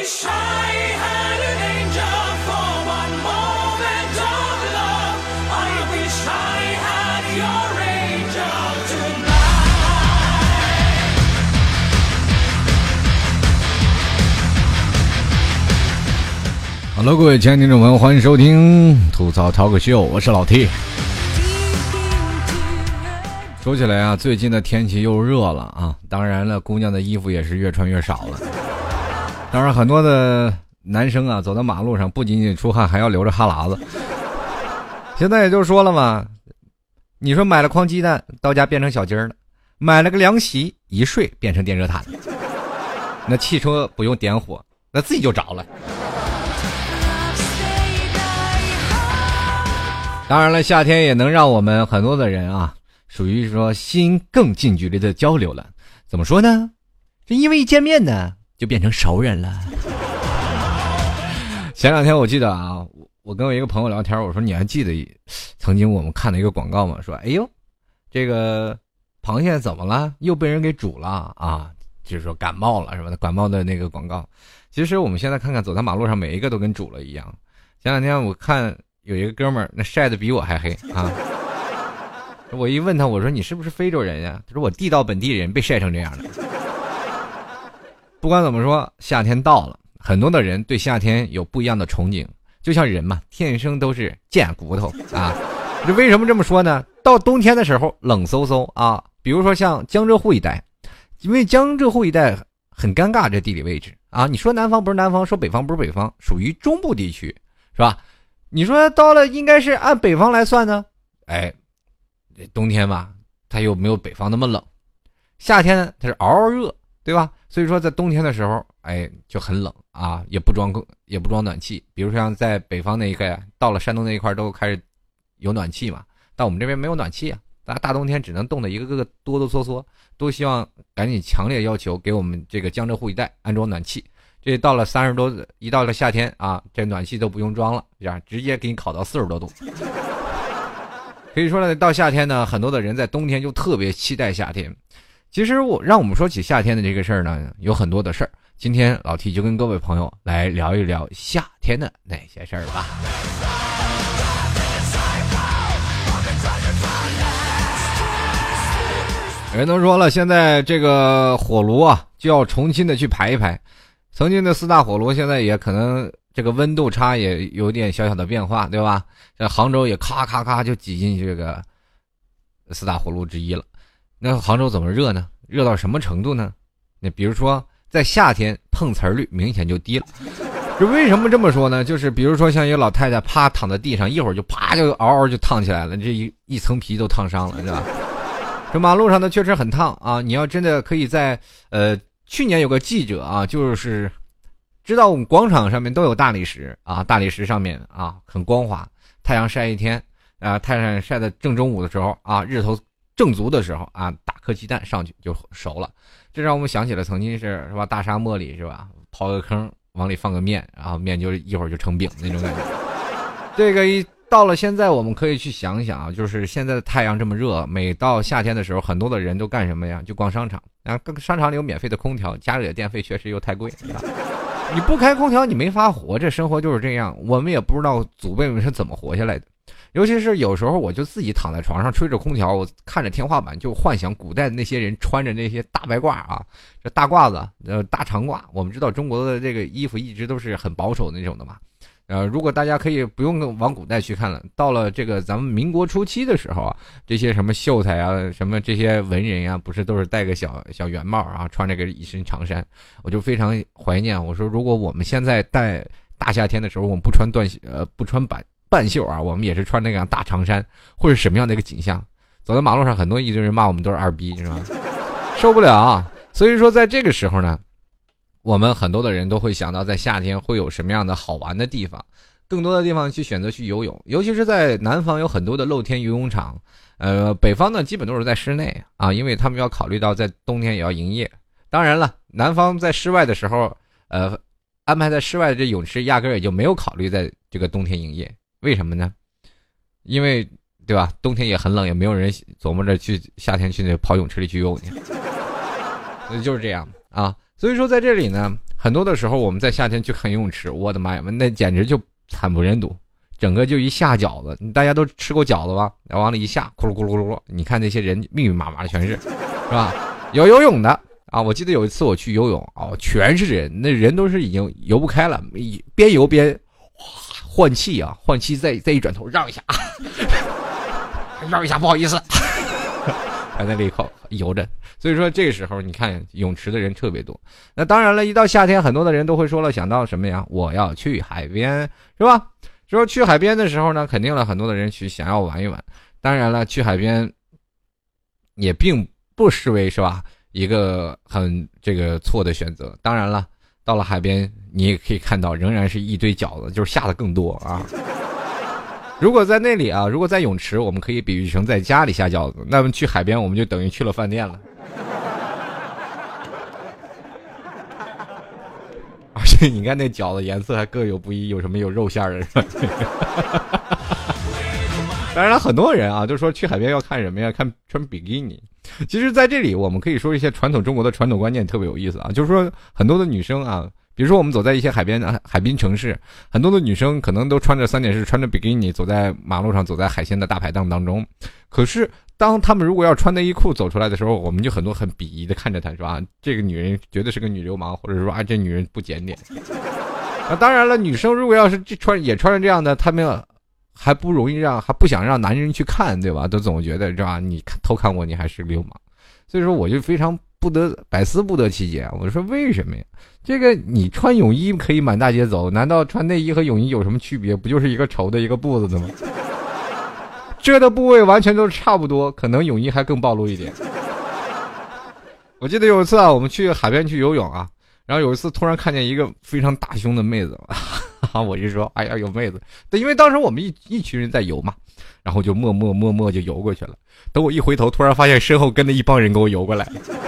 wish I had an angel for one moment of love. I wish I had your angel tonight. Hello， 各位亲爱的听众朋友，欢迎收听吐槽 Talk Show， 我是老 T。说起来啊，最近的天气又热了啊，当然了，姑娘的衣服也是越穿越少了。当然，很多的男生啊，走到马路上不仅仅出汗，还要流着哈喇子。现在也就说了嘛，你说买了筐鸡蛋，到家变成小鸡儿了；买了个凉席，一睡变成电热毯了。那汽车不用点火，那自己就着了。当然了，夏天也能让我们很多的人啊，属于说心更近距离的交流了。怎么说呢？这因为一见面呢，就变成熟人了。前两天我记得啊，我跟我一个朋友聊天，我说你还记得曾经我们看的一个广告吗？说哎呦，这个螃蟹怎么了？又被人给煮了啊？就是说感冒了是吧？感冒的那个广告。其实我们现在看看走在马路上，每一个都跟煮了一样。前两天我看有一个哥们儿，那晒得比我还黑啊！我一问他，我说你是不是非洲人呀？他说我地道本地人，被晒成这样的。不管怎么说，夏天到了，很多的人对夏天有不一样的憧憬。就像人嘛，天生都是贱骨头啊！这为什么这么说呢？到冬天的时候冷飕飕啊，比如说像江浙沪一带，因为江浙沪一带很尴尬，这地理位置啊，你说南方不是南方，说北方不是北方，属于中部地区，是吧？你说到了应该是按北方来算呢，哎，冬天吧，它又没有北方那么冷，夏天呢它是嗷嗷热，对吧？所以说在冬天的时候，哎，就很冷啊，也不装暖气。比如说像在北方那一块，到了山东那一块都开始有暖气嘛，但我们这边没有暖气啊，大冬天只能冻得一个个哆哆嗦嗦，都希望赶紧强烈要求给我们这个江浙沪一带安装暖气。这到了30多，一到了夏天啊，这暖气都不用装了，这样直接给你烤到40多度。可以说呢，到夏天呢，很多的人在冬天就特别期待夏天。其实让我们说起夏天的这个事儿呢，有很多的事儿。今天老 T 就跟各位朋友来聊一聊夏天的那些事儿吧。人都说了，现在这个火炉啊，就要重新的去排一排。曾经的4大火炉现在也可能这个温度差也有点小小的变化，对吧？这杭州也咔咔咔就挤进这个4大火炉之一了。那杭州怎么热呢？热到什么程度呢？那比如说在夏天碰瓷儿率明显就低了。这为什么这么说呢？就是比如说像一个老太太啪躺在地上，一会儿就啪就嗷嗷就烫起来了，这一层皮都烫伤了，对吧？这马路上呢确实很烫啊！你要真的可以在去年有个记者啊，就是知道我们广场上面都有大理石啊，大理石上面啊很光滑，太阳晒一天啊，太阳晒的正中午的时候啊，日头正足的时候啊，打颗鸡蛋上去就熟了。这让我们想起了曾经是吧，大沙漠里是吧，刨个坑往里放个面，然后面就一会儿就成饼那种感觉。这个到了现在，我们可以去想想啊，就是现在的太阳这么热，每到夏天的时候，很多的人都干什么呀？就逛商场啊，商场里有免费的空调，家里的电费确实又太贵，你不开空调你没法活，这生活就是这样。我们也不知道祖辈们是怎么活下来的，尤其是有时候我就自己躺在床上吹着空调，我看着天花板就幻想古代的那些人穿着那些大白褂啊，这大褂子大长褂。我们知道中国的这个衣服一直都是很保守的那种的嘛。如果大家可以不用往古代去看了，到了这个咱们民国初期的时候啊，这些什么秀才啊，什么这些文人啊，不是都是戴个小圆帽啊，穿着个一身长衫，我就非常怀念。我说如果我们现在在大夏天的时候，我们不穿半袖啊，我们也是穿那个大长衫，会是什么样的一个景象？走在马路上，很多一堆人骂我们都是二逼，是吧？受不了啊！所以说在这个时候呢，我们很多的人都会想到在夏天会有什么样的好玩的地方，更多的地方去选择去游泳，尤其是在南方有很多的露天游泳场，北方呢基本都是在室内啊，因为他们要考虑到在冬天也要营业。当然了，南方在室外的时候，安排在室外的这泳池压根也就没有考虑在这个冬天营业，为什么呢？因为对吧，冬天也很冷，也没有人琢磨着去夏天去那跑泳池里去游泳去，所以就是这样啊。所以说在这里呢， 很多的时候我们在夏天去看游泳池，我的妈呀，那简直就惨不忍睹，整个就一下饺子，大家都吃过饺子吧？然后往里一下，咕噜咕噜咕噜，你看那些人密密麻麻的全是吧？有游泳的啊，我记得有一次我去游泳啊，全是人，那人都是已经游不开了，边游边换气啊，换气再一转头让一下，让一下，不好意思，还在那里口游着。所以说这个时候你看泳池的人特别多。那当然了，一到夏天，很多的人都会说了，想到什么呀？我要去海边，是吧？说去海边的时候呢，肯定了很多的人去想要玩一玩。当然了，去海边也并不失为是吧一个很这个错的选择。当然了，到了海边你也可以看到仍然是一堆饺子，就是下的更多啊。如果在那里啊，如果在泳池我们可以比喻成在家里下饺子，那么去海边我们就等于去了饭店了。而且你看那饺子颜色还各有不一，有什么有肉馅的是吧？当然了，很多人啊就说去海边要看什么呀？看穿比基尼。其实在这里我们可以说一些传统中国的传统观念特别有意思啊，就是说很多的女生啊，比如说我们走在一些海滨城市，很多的女生可能都穿着3点式，穿着比基尼走在马路上，走在海鲜的大排档当中。可是当他们如果要穿内衣裤走出来的时候，我们就很多很鄙夷的看着她，说啊，这个女人绝对是个女流氓，或者说啊，这女人不检点。那当然了，女生如果要是也穿成这样的，她们还不容易还不想让男人去看，对吧？都总觉得是吧？你偷看我，你还是流氓。所以说我就非常百思不得其解啊！我说为什么呀？这个你穿泳衣可以满大街走，难道穿内衣和泳衣有什么区别？不就是一个绸的一个布子的吗？遮的部位完全都是差不多，可能泳衣还更暴露一点。我记得有一次啊，我们去海边去游泳啊，然后有一次突然看见一个非常大胸的妹子，我就说哎呀有妹子，因为当时我们一群人在游嘛，然后就默默就游过去了。等我一回头，突然发现身后跟着一帮人给我游过来，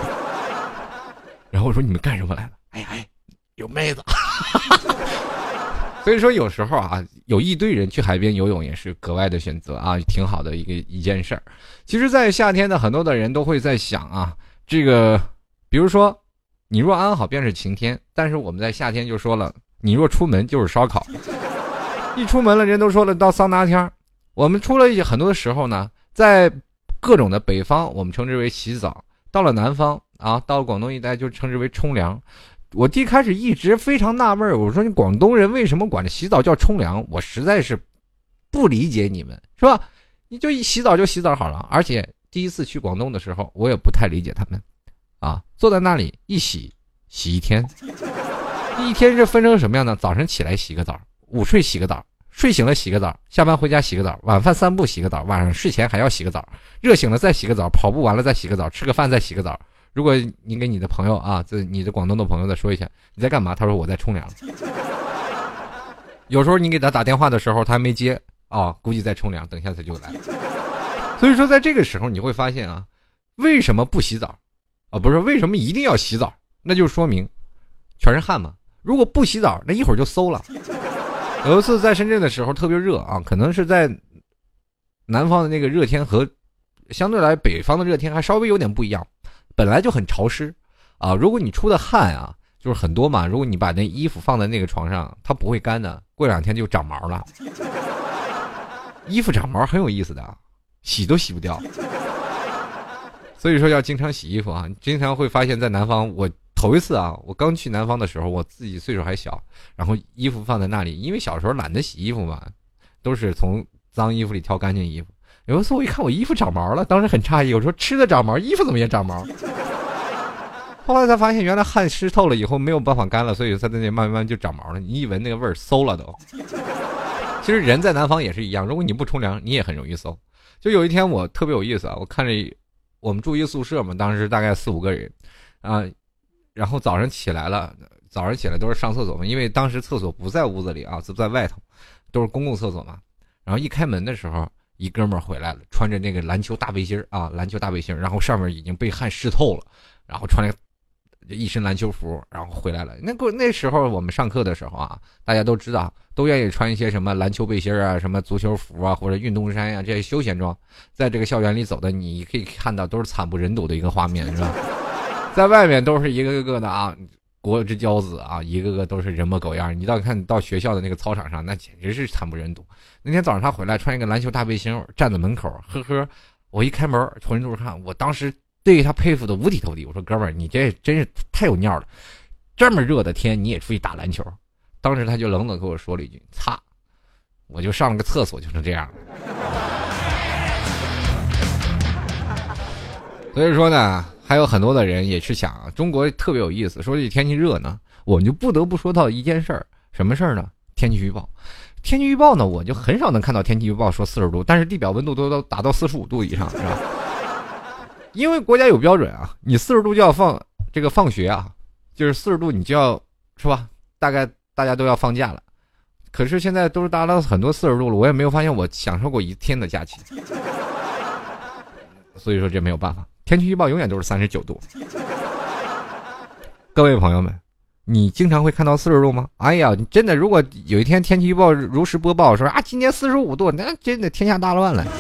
然后我说你们干什么来了？哎，有妹子。所以说有时候啊，有一堆人去海边游泳也是格外的选择啊，挺好的一件事儿。其实在夏天呢，很多的人都会在想啊，这个比如说你若安好便是晴天，但是我们在夏天就说了，你若出门就是烧烤。一出门了，人都说了到桑拿天。我们出了很多的时候呢，在各种的北方我们称之为洗澡，到了南方啊，到了广东一带就称之为冲凉。我一开始一直非常纳闷，我说你广东人为什么管着洗澡叫冲凉？我实在是不理解你们，是吧？你就一洗澡就洗澡好了。而且第一次去广东的时候，我也不太理解他们啊，坐在那里一洗一天，一天是分成什么样的？早晨起来洗个澡，午睡洗个澡，睡醒了洗个澡，下班回家洗个澡，晚饭散步洗个澡，晚上睡前还要洗个澡，热醒了再洗个澡，跑步完了再洗个澡，吃个饭再洗个澡。如果你给你的朋友啊，你的广东的朋友再说一下你在干嘛，他说我在冲凉。有时候你给他打电话的时候他还没接啊，估计在冲凉，等一下他就来。所以说在这个时候你会发现啊，为什么不洗澡啊？不是为什么一定要洗澡？那就说明全是汗嘛。如果不洗澡，那一会儿就馊了。有一次在深圳的时候特别热啊，可能是在南方的那个热天和相对来北方的热天还稍微有点不一样。本来就很潮湿啊，如果你出的汗啊就是很多嘛，如果你把那衣服放在那个床上，它不会干的，过2天就长毛了。衣服长毛很有意思的啊，洗都洗不掉。所以说要经常洗衣服啊，经常会发现在南方，我头一次啊，我刚去南方的时候，我自己岁数还小，然后衣服放在那里，因为小时候懒得洗衣服嘛，都是从脏衣服里挑干净衣服。有一次我一看我衣服长毛了，当时很诧异，我说吃的长毛，衣服怎么也长毛？后来才发现原来汗湿透了以后没有办法干了，所以它在那慢慢就长毛了。你一闻那个味儿馊了都。其实人在南方也是一样，如果你不冲凉，你也很容易馊。就有一天我特别有意思啊，我看着我们住一个宿舍嘛，当时大概4-5个人啊，然后早上起来都是上厕所嘛，因为当时厕所不在屋子里啊，是在外头，都是公共厕所嘛。然后一开门的时候，一哥们儿回来了，穿着那个篮球大背心啊，然后上面已经被汗湿透了，然后穿了一身篮球服，然后回来了。那时候我们上课的时候啊，大家都知道，都愿意穿一些什么篮球背心啊、什么足球服啊，或者运动衫啊这些休闲装，在这个校园里走的，你可以看到都是惨不忍睹的一个画面，是吧？在外面都是一个个的啊， 国之骄子啊，一个个都是人模狗样。你到学校的那个操场上，那简直是惨不忍睹。那天早上他回来，穿一个篮球大背心，站在门口，呵呵。我一开门，浑身都是汗。我当时对他佩服的五体投地。我说：“哥们儿，你这真是太有尿了！这么热的天，你也出去打篮球？”当时他就冷冷跟我说了一句：“擦！”我就上了个厕所，就成这样了。所以说呢，还有很多的人也是想啊，中国特别有意思。说起天气热呢，我们就不得不说到一件事儿，什么事儿呢？天气预报。天气预报呢，我就很少能看到天气预报说40度，但是地表温度都达到45度以上，是吧？因为国家有标准啊，你40度就要放学啊，就是40度你就要是吧？大概大家都要放假了。可是现在都是达到很多40度了，我也没有发现我享受过一天的假期。所以说这没有办法，天气预报永远都是39度。各位朋友们，你经常会看到40度吗？哎呀，你真的，如果有一天天气预报如实播报说啊，今年45度，那真的天下大乱了。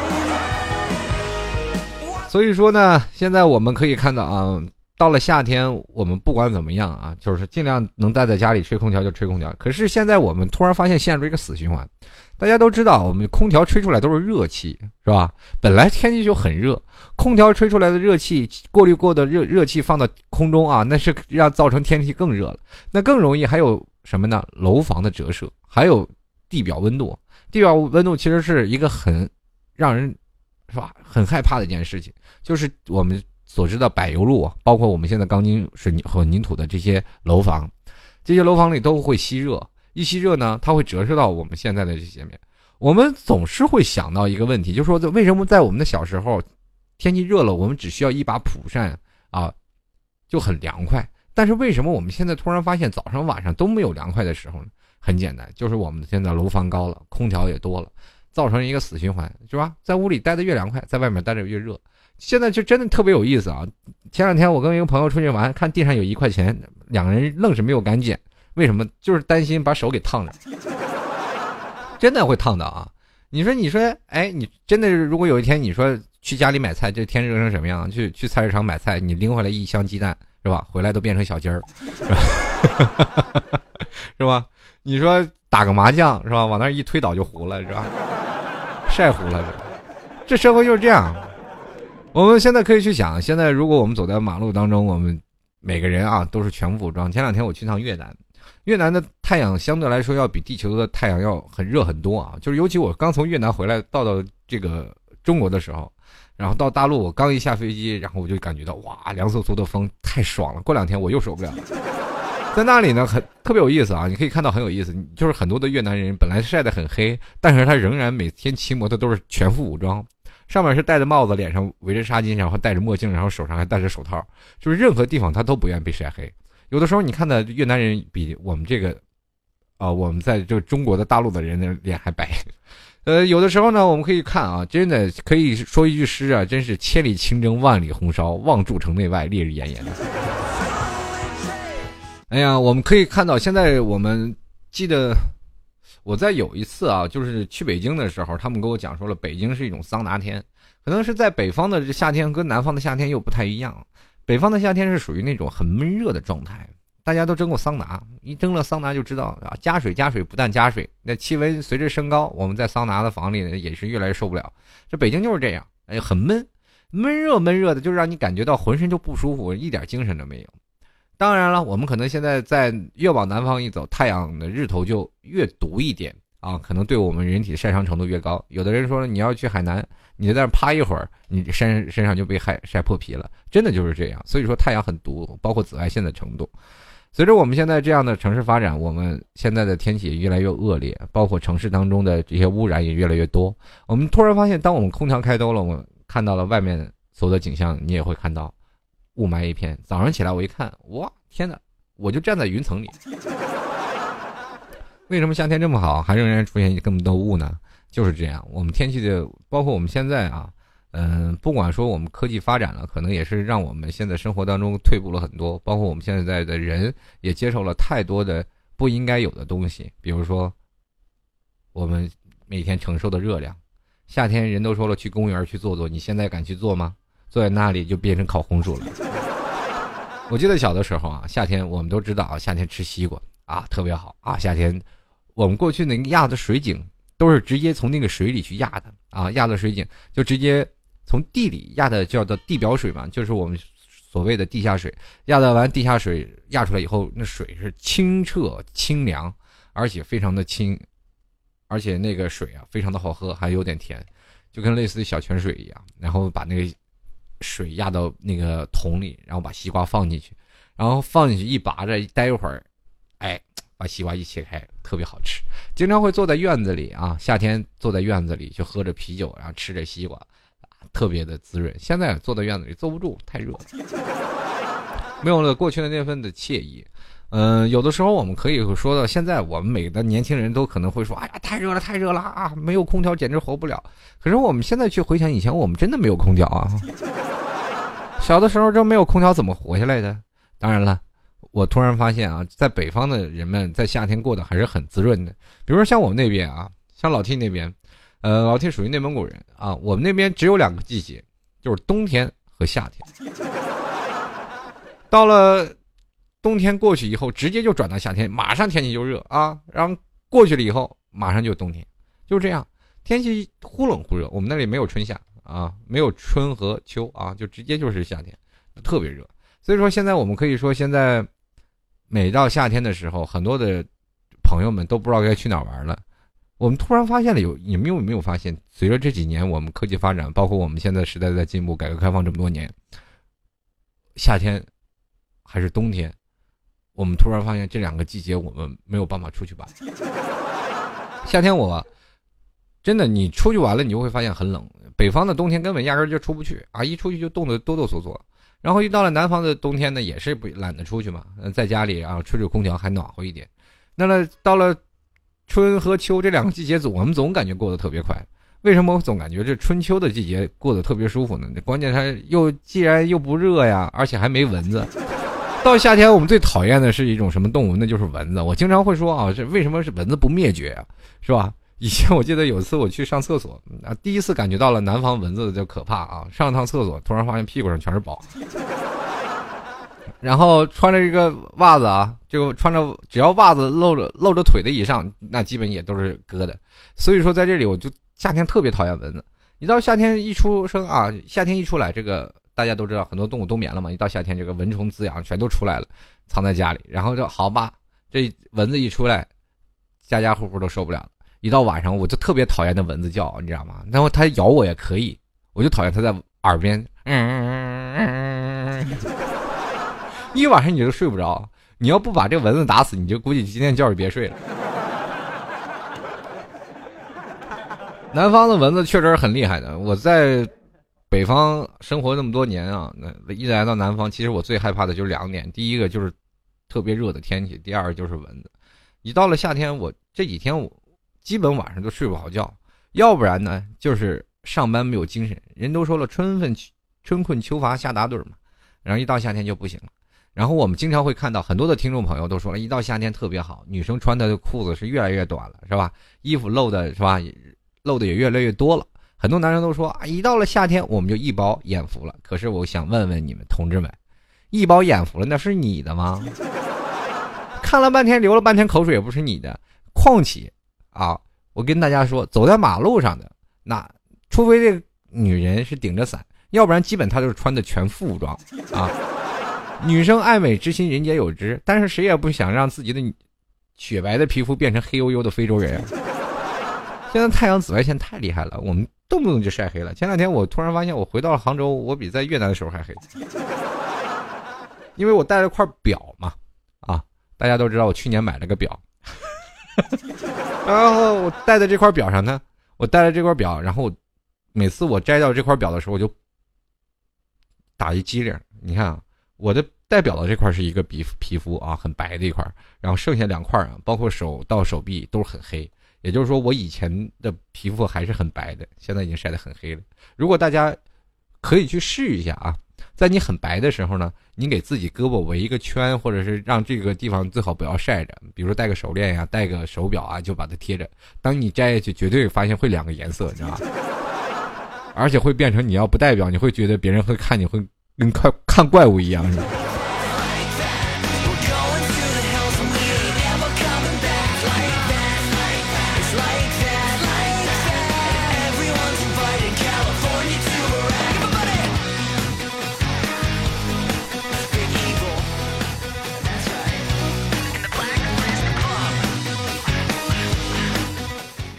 所以说呢，现在我们可以看到啊，到了夏天，我们不管怎么样啊，就是尽量能待在家里吹空调就吹空调。可是现在我们突然发现陷入一个死循环。大家都知道，我们空调吹出来都是热气，是吧？本来天气就很热，空调吹出来的热气，过滤过的热气放到空中啊，那是让造成天气更热了。那更容易还有什么呢？楼房的折射，还有地表温度。地表温度其实是一个很让人是吧很害怕的一件事情，就是我们所知道柏油路啊，包括我们现在钢筋水泥混凝土的这些楼房，这些楼房里都会吸热。一吸热呢，它会折射到我们现在的这些面。我们总是会想到一个问题，就是说为什么在我们的小时候，天气热了，我们只需要一把蒲扇啊，就很凉快。但是为什么我们现在突然发现早上晚上都没有凉快的时候呢？很简单，就是我们现在楼房高了，空调也多了，造成一个死循环，是吧？在屋里待得越凉快，在外面待得越热。现在就真的特别有意思啊！前两天我跟一个朋友出去玩，看地上有1块钱，两个人愣是没有敢捡。为什么？就是担心把手给烫着，真的会烫到啊！你说，哎，你真的是，如果有一天你说去家里买菜，这天热成什么样？去菜市场买菜，你拎回来1箱鸡蛋，是吧？回来都变成小鸡儿，是吧？是吧？你说打个麻将，是吧？往那一推倒就糊了，是吧？晒糊了，这社会就是这样。我们现在可以去想，现在如果我们走在马路当中，我们每个人啊都是全副武装。前两天我去趟越南。越南的太阳相对来说要比地球的太阳要很热很多啊，就是尤其我刚从越南回来到这个中国的时候，然后到大陆我刚一下飞机，然后我就感觉到哇，凉飕飕的风太爽了。过2天我又受不了了。在那里呢特别有意思啊，你可以看到很有意思，就是很多的越南人本来晒得很黑，但是他仍然每天骑摩托都是全副武装，上面是戴着帽子，脸上围着纱巾，然后戴着墨镜，然后手上还戴着手套，就是任何地方他都不愿意被晒黑。有的时候你看的越南人比我们这个我们在这个中国的大陆的人的脸还白。有的时候呢我们可以看啊，真的可以说一句诗啊，真是千里清蒸万里红烧，望筑城内外烈日炎炎的。哎呀，我们可以看到现在我们记得我在有一次啊，就是去北京的时候，他们跟我讲说了，北京是一种桑拿天，可能是在北方的夏天跟南方的夏天又不太一样。北方的夏天是属于那种很闷热的状态，大家都蒸过桑拿，一蒸了桑拿就知道啊，加水不但加水，那气温随着升高，我们在桑拿的房里呢也是越来越受不了。这北京就是这样，哎，很闷热的，就让你感觉到浑身就不舒服，一点精神都没有。当然了，我们可能现在在越往南方一走，太阳的日头就越毒一点啊，可能对我们人体晒伤程度越高。有的人说你要去海南，你在那趴一会儿，你身上就被晒破皮了，真的就是这样。所以说太阳很毒，包括紫外线的程度。随着我们现在这样的城市发展，我们现在的天气也越来越恶劣，包括城市当中的这些污染也越来越多。我们突然发现，当我们空调开多了，我们看到了外面所有的景象，你也会看到雾霾一片。早上起来我一看，哇，天哪，我就站在云层里。为什么夏天这么好，还仍然出现这么多雾呢？就是这样，我们天气的，包括我们现在啊，不管说我们科技发展了，可能也是让我们现在生活当中退步了很多，包括我们现在的人也接受了太多的不应该有的东西，比如说我们每天承受的热量。夏天人都说了去公园去坐坐，你现在敢去坐吗？坐在那里就变成烤红薯了。 我记得小的时候啊，夏天我们都知道啊，夏天吃西瓜啊特别好啊。夏天我们过去那个压的水井都是直接从那个水里去压的啊，压的水井就直接从地里压的，叫做地表水嘛，就是我们所谓的地下水。压的完地下水压出来以后，那水是清澈清凉，而且非常的清，而且那个水啊非常的好喝，还有点甜，就跟类似于小泉水一样。然后把那个水压到那个桶里，然后把西瓜放进去，然后放进去一拔着，待一会儿，哎，把西瓜一切开，特别好吃。经常会坐在院子里啊，夏天坐在院子里就喝着啤酒，然后吃着西瓜，特别的滋润。现在坐在院子里坐不住，太热了，没有了过去的那份的惬意。有的时候我们可以说到现在，我们每个年轻人都可能会说，哎呀，太热了，太热了啊，没有空调简直活不了。可是我们现在去回想以前，我们真的没有空调啊。小的时候这没有空调怎么活下来的？当然了，我突然发现啊，在北方的人们在夏天过得还是很滋润的。比如说像我们那边啊，像老 T 那边，老 T 属于内蒙古人啊，我们那边只有2个季节，就是冬天和夏天。到了冬天过去以后，直接就转到夏天，马上天气就热啊，然后过去了以后，马上就冬天，就这样，天气忽冷忽热。我们那里没有春夏啊，没有春和秋啊，就直接就是夏天，特别热。所以说现在我们可以说，现在每到夏天的时候，很多的朋友们都不知道该去哪儿玩了。我们突然发现了你们有没有发现，随着这几年我们科技发展，包括我们现在时代在进步，改革开放这么多年，夏天还是冬天，我们突然发现这2个季节我们没有办法出去玩。夏天我真的你出去玩了，你就会发现很冷。北方的冬天根本压根就出不去啊，一出去就冻得哆哆嗦嗦。然后一到了南方的冬天呢，也是懒得出去嘛，在家里啊吹吹空调还暖和一点。那么到了春和秋这2个季节，我们总感觉过得特别快。为什么我总感觉这春秋的季节过得特别舒服呢？关键它既然又不热呀，而且还没蚊子。到夏天我们最讨厌的是一种什么动物？那就是蚊子。我经常会说啊，这为什么是蚊子不灭绝啊？是吧？以前我记得有一次我去上厕所啊，第一次感觉到了南方蚊子的可怕啊！上趟厕所突然发现屁股上全是包，然后穿着一个袜子啊，就穿着只要袜子露着腿的以上，那基本也都是割的。所以说在这里我就夏天特别讨厌蚊子。你到夏天一出生啊，夏天一出来，这个大家都知道很多动物冬眠了嘛，一到夏天这个蚊虫滋养全都出来了，藏在家里，然后就好吧，这蚊子一出来，家家户户都受不了了。一到晚上我就特别讨厌那蚊子叫，你知道吗？然后它咬我也可以，我就讨厌它在耳边一晚上你就睡不着。你要不把这个蚊子打死，你就估计今天觉就别睡了。南方的蚊子确实是很厉害的。我在北方生活那么多年啊，那一来到南方，其实我最害怕的就是2点。第一个就是特别热的天气，第二个就是蚊子。一到了夏天，我这几天我基本晚上都睡不好觉，要不然呢就是上班没有精神。人都说了，春困秋乏夏打盹嘛，然后一到夏天就不行了。然后我们经常会看到很多的听众朋友都说了，一到夏天特别好，女生穿的裤子是越来越短了，是吧？衣服露的是吧，露的也越来越多了。很多男生都说啊，一到了夏天我们就一饱眼福了。可是我想问问你们同志们，一饱眼福了那是你的吗？看了半天流了半天口水也不是你的。况且啊，我跟大家说，走在马路上的那，除非这个女人是顶着伞，要不然基本她就是穿的全副武装啊。女生爱美之心人皆有之，但是谁也不想让自己的雪白的皮肤变成黑黝黝的非洲人。现在太阳紫外线太厉害了，我们动不动就晒黑了。前2天我突然发现，我回到了杭州，我比在越南的时候还黑，因为我带了块表嘛，啊，大家都知道我去年买了个表，然后我带在这块表上呢，然后每次我摘掉这块表的时候，我就打一激灵。你看啊，我的代表的这块是一个皮肤啊，很白的一块，然后剩下2块啊，包括手到手臂都是很黑。也就是说我以前的皮肤还是很白的，现在已经晒得很黑了。如果大家可以去试一下啊，在你很白的时候呢，你给自己胳膊围一个圈，或者是让这个地方最好不要晒着，比如说戴个手链呀，戴个手表啊，就把它贴着。当你摘下去，绝对发现会2个颜色，你知道吧？而且会变成，你要不代表，你会觉得别人会看你会跟看怪物一样，是吧？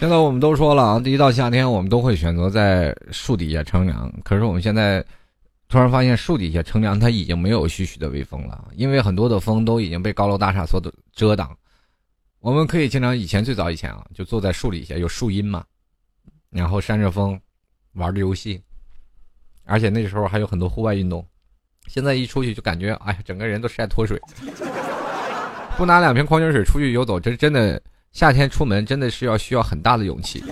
现在我们都说了啊，一到夏天我们都会选择在树底下乘凉，可是我们现在突然发现树底下乘凉它已经没有徐徐的微风了，因为很多的风都已经被高楼大厦所遮挡。我们可以经常最早以前啊，就坐在树底下，有树荫嘛，然后扇着风玩着游戏，而且那时候还有很多户外运动。现在一出去就感觉哎，整个人都晒脱水，不拿2瓶矿泉水出去游走，这真的夏天出门真的是需要很大的勇气。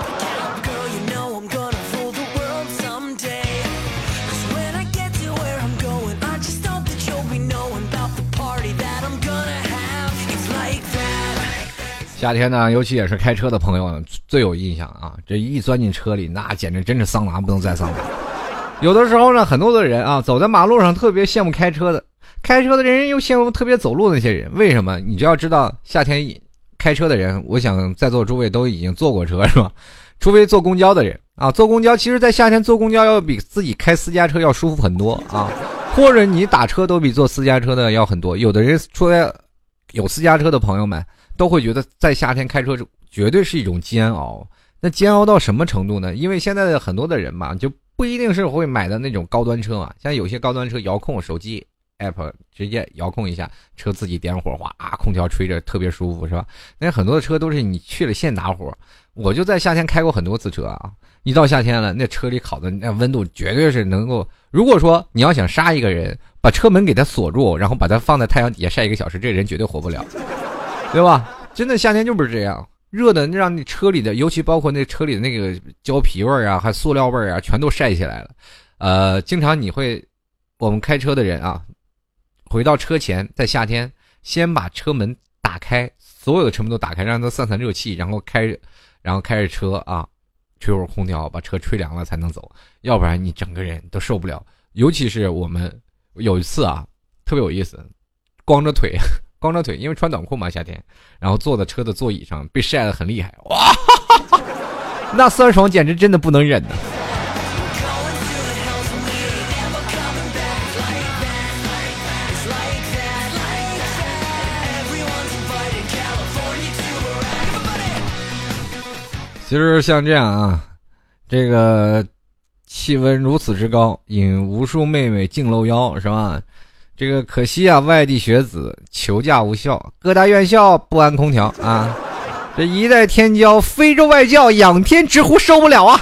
夏天呢，尤其也是开车的朋友最有印象啊！这一钻进车里，那简直真是桑拿不能再桑拿。有的时候呢，很多的人啊，走在马路上特别羡慕开车的人又羡慕特别走路的那些人。为什么？你就要知道，夏天开车的人，我想在座诸位都已经坐过车是吧？除非坐公交的人啊，坐公交其实在夏天坐公交要比自己开私家车要舒服很多啊，或者你打车都比坐私家车的要很多。有的人说有私家车的朋友们都会觉得在夏天开车绝对是一种煎熬。那煎熬到什么程度呢？因为现在的很多的人嘛，就不一定是会买的那种高端车嘛，像有些高端车遥控手机 app 直接遥控一下，车自己点火花啊，空调吹着特别舒服是吧？那很多的车都是你去了现打火。我就在夏天开过很多次车啊，一到夏天了，那车里烤的那温度绝对是能够，如果说你要想杀一个人，把车门给他锁住，然后把他放在太阳底下晒1个小时，这人绝对活不了，对吧？真的夏天就不是这样，热的让你车里的，尤其包括那车里的那个胶皮味啊，还塑料味啊，全都晒起来了。经常我们开车的人啊，回到车前，在夏天先把车门打开，所有的车门都打开，让它散散热气，然后开着车啊，吹会儿空调，把车吹凉了才能走，要不然你整个人都受不了。尤其是我们有一次啊，特别有意思，光着腿，因为穿短裤嘛，夏天，然后坐在车的座椅上，被晒得很厉害，哇，那酸爽简直真的不能忍呢。其实像这样啊，这个气温如此之高，引无数妹妹竞搂腰，是吧？这个可惜啊，外地学子求驾无效，各大院校不安空调啊！这一代天骄非洲外教仰天直呼受不了啊！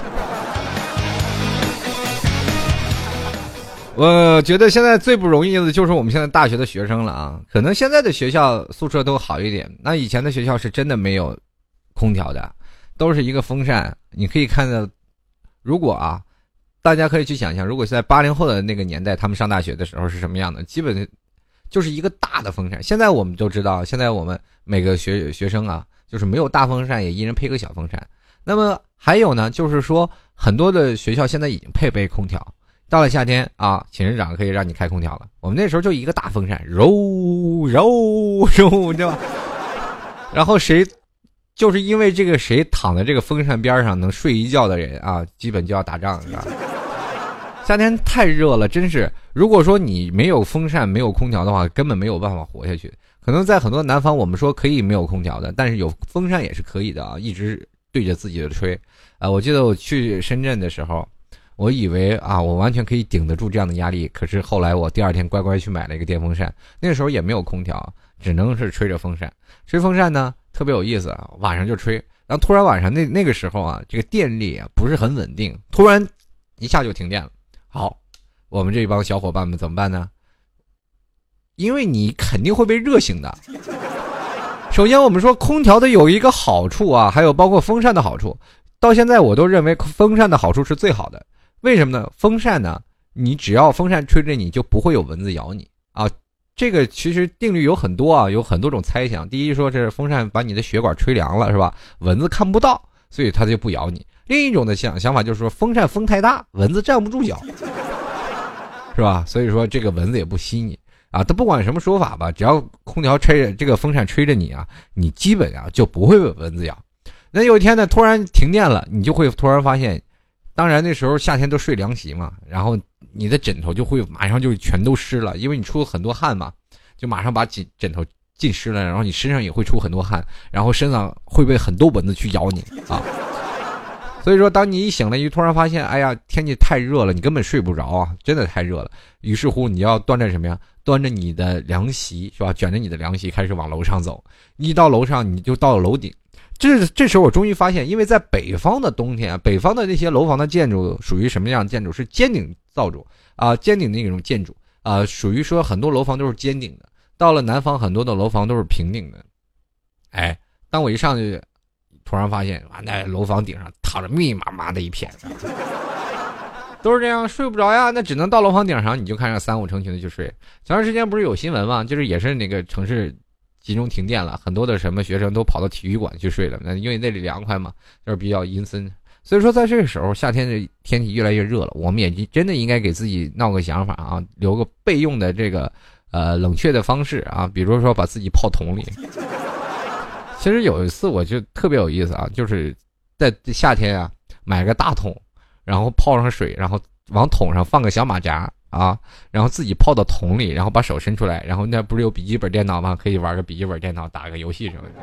我觉得现在最不容易的就是我们现在大学的学生了啊，可能现在的学校宿舍都好一点，那以前的学校是真的没有空调的，都是一个风扇。你可以看到，如果啊，大家可以去想象，如果在80后的那个年代，他们上大学的时候是什么样的？基本就是一个大的风扇。现在我们都知道，现在我们每个学生啊，就是没有大风扇，也一人配个小风扇。那么还有呢，就是说很多的学校现在已经配备空调，到了夏天啊，寝室长可以让你开空调了。我们那时候就一个大风扇，揉揉揉，对吧？然后就是因为这个谁躺在这个风扇边上能睡一觉的人啊，基本就要打仗，是吧？夏天太热了，真是。如果说你没有风扇、没有空调的话，根本没有办法活下去。可能在很多南方，我们说可以没有空调的，但是有风扇也是可以的啊，一直对着自己的吹。我记得我去深圳的时候，我以为啊，我完全可以顶得住这样的压力。可是后来我第2天乖乖去买了一个电风扇，那时候也没有空调，只能是吹着风扇。吹风扇呢，特别有意思啊，晚上就吹，然后突然晚上那个时候啊，这个电力啊不是很稳定，突然一下就停电了。好，我们这帮小伙伴们怎么办呢？因为你肯定会被热醒的。首先我们说空调的有一个好处啊，还有包括风扇的好处，到现在我都认为风扇的好处是最好的。为什么呢？风扇呢，你只要风扇吹着你就不会有蚊子咬你啊。这个其实定律有很多啊，有很多种猜想。第一说是风扇把你的血管吹凉了，是吧？蚊子看不到，所以它就不咬你。另一种的想法就是说风扇风太大，蚊子站不住脚，是吧？所以说这个蚊子也不吸你啊。它不管什么说法吧，只要空调吹着，这个风扇吹着你啊，你基本啊就不会被蚊子咬。那有一天呢，突然停电了，你就会突然发现，当然那时候夏天都睡凉席嘛，然后你的枕头就会马上就全都湿了，因为你出了很多汗嘛，就马上把枕头浸湿了，然后你身上也会出很多汗，然后身上会被很多蚊子去咬你啊。所以说当你一醒了，你突然发现哎呀天气太热了，你根本睡不着啊，真的太热了。于是乎你要端着什么呀，端着你的凉席是吧，卷着你的凉席开始往楼上走。一到楼上你就到了楼顶，这时候我终于发现，因为在北方的冬天啊，北方的那些楼房的建筑属于什么样的建筑，是尖顶造筑啊，尖顶的那种建筑啊，属于说很多楼房都是尖顶的。到了南方很多的楼房都是平顶的。哎，当我一上去突然发现那楼房顶上躺着密麻麻的一片，都是这样，睡不着呀，那只能到楼房顶上，你就看着三五成群的去睡。前段时间不是有新闻吗，就是也是那个城市集中停电了，很多的什么学生都跑到体育馆去睡了，那因为那里凉快嘛，就是比较阴森。所以说在这个时候，夏天的天气越来越热了，我们也真的应该给自己闹个想法啊，留个备用的这个冷却的方式啊，比如说把自己泡桶里。其实有一次我就特别有意思啊，就是在夏天啊买个大桶，然后泡上水，然后往桶上放个小马甲啊，然后自己泡到桶里，然后把手伸出来，然后那不是有笔记本电脑吗？可以玩个笔记本电脑，打个游戏什么的。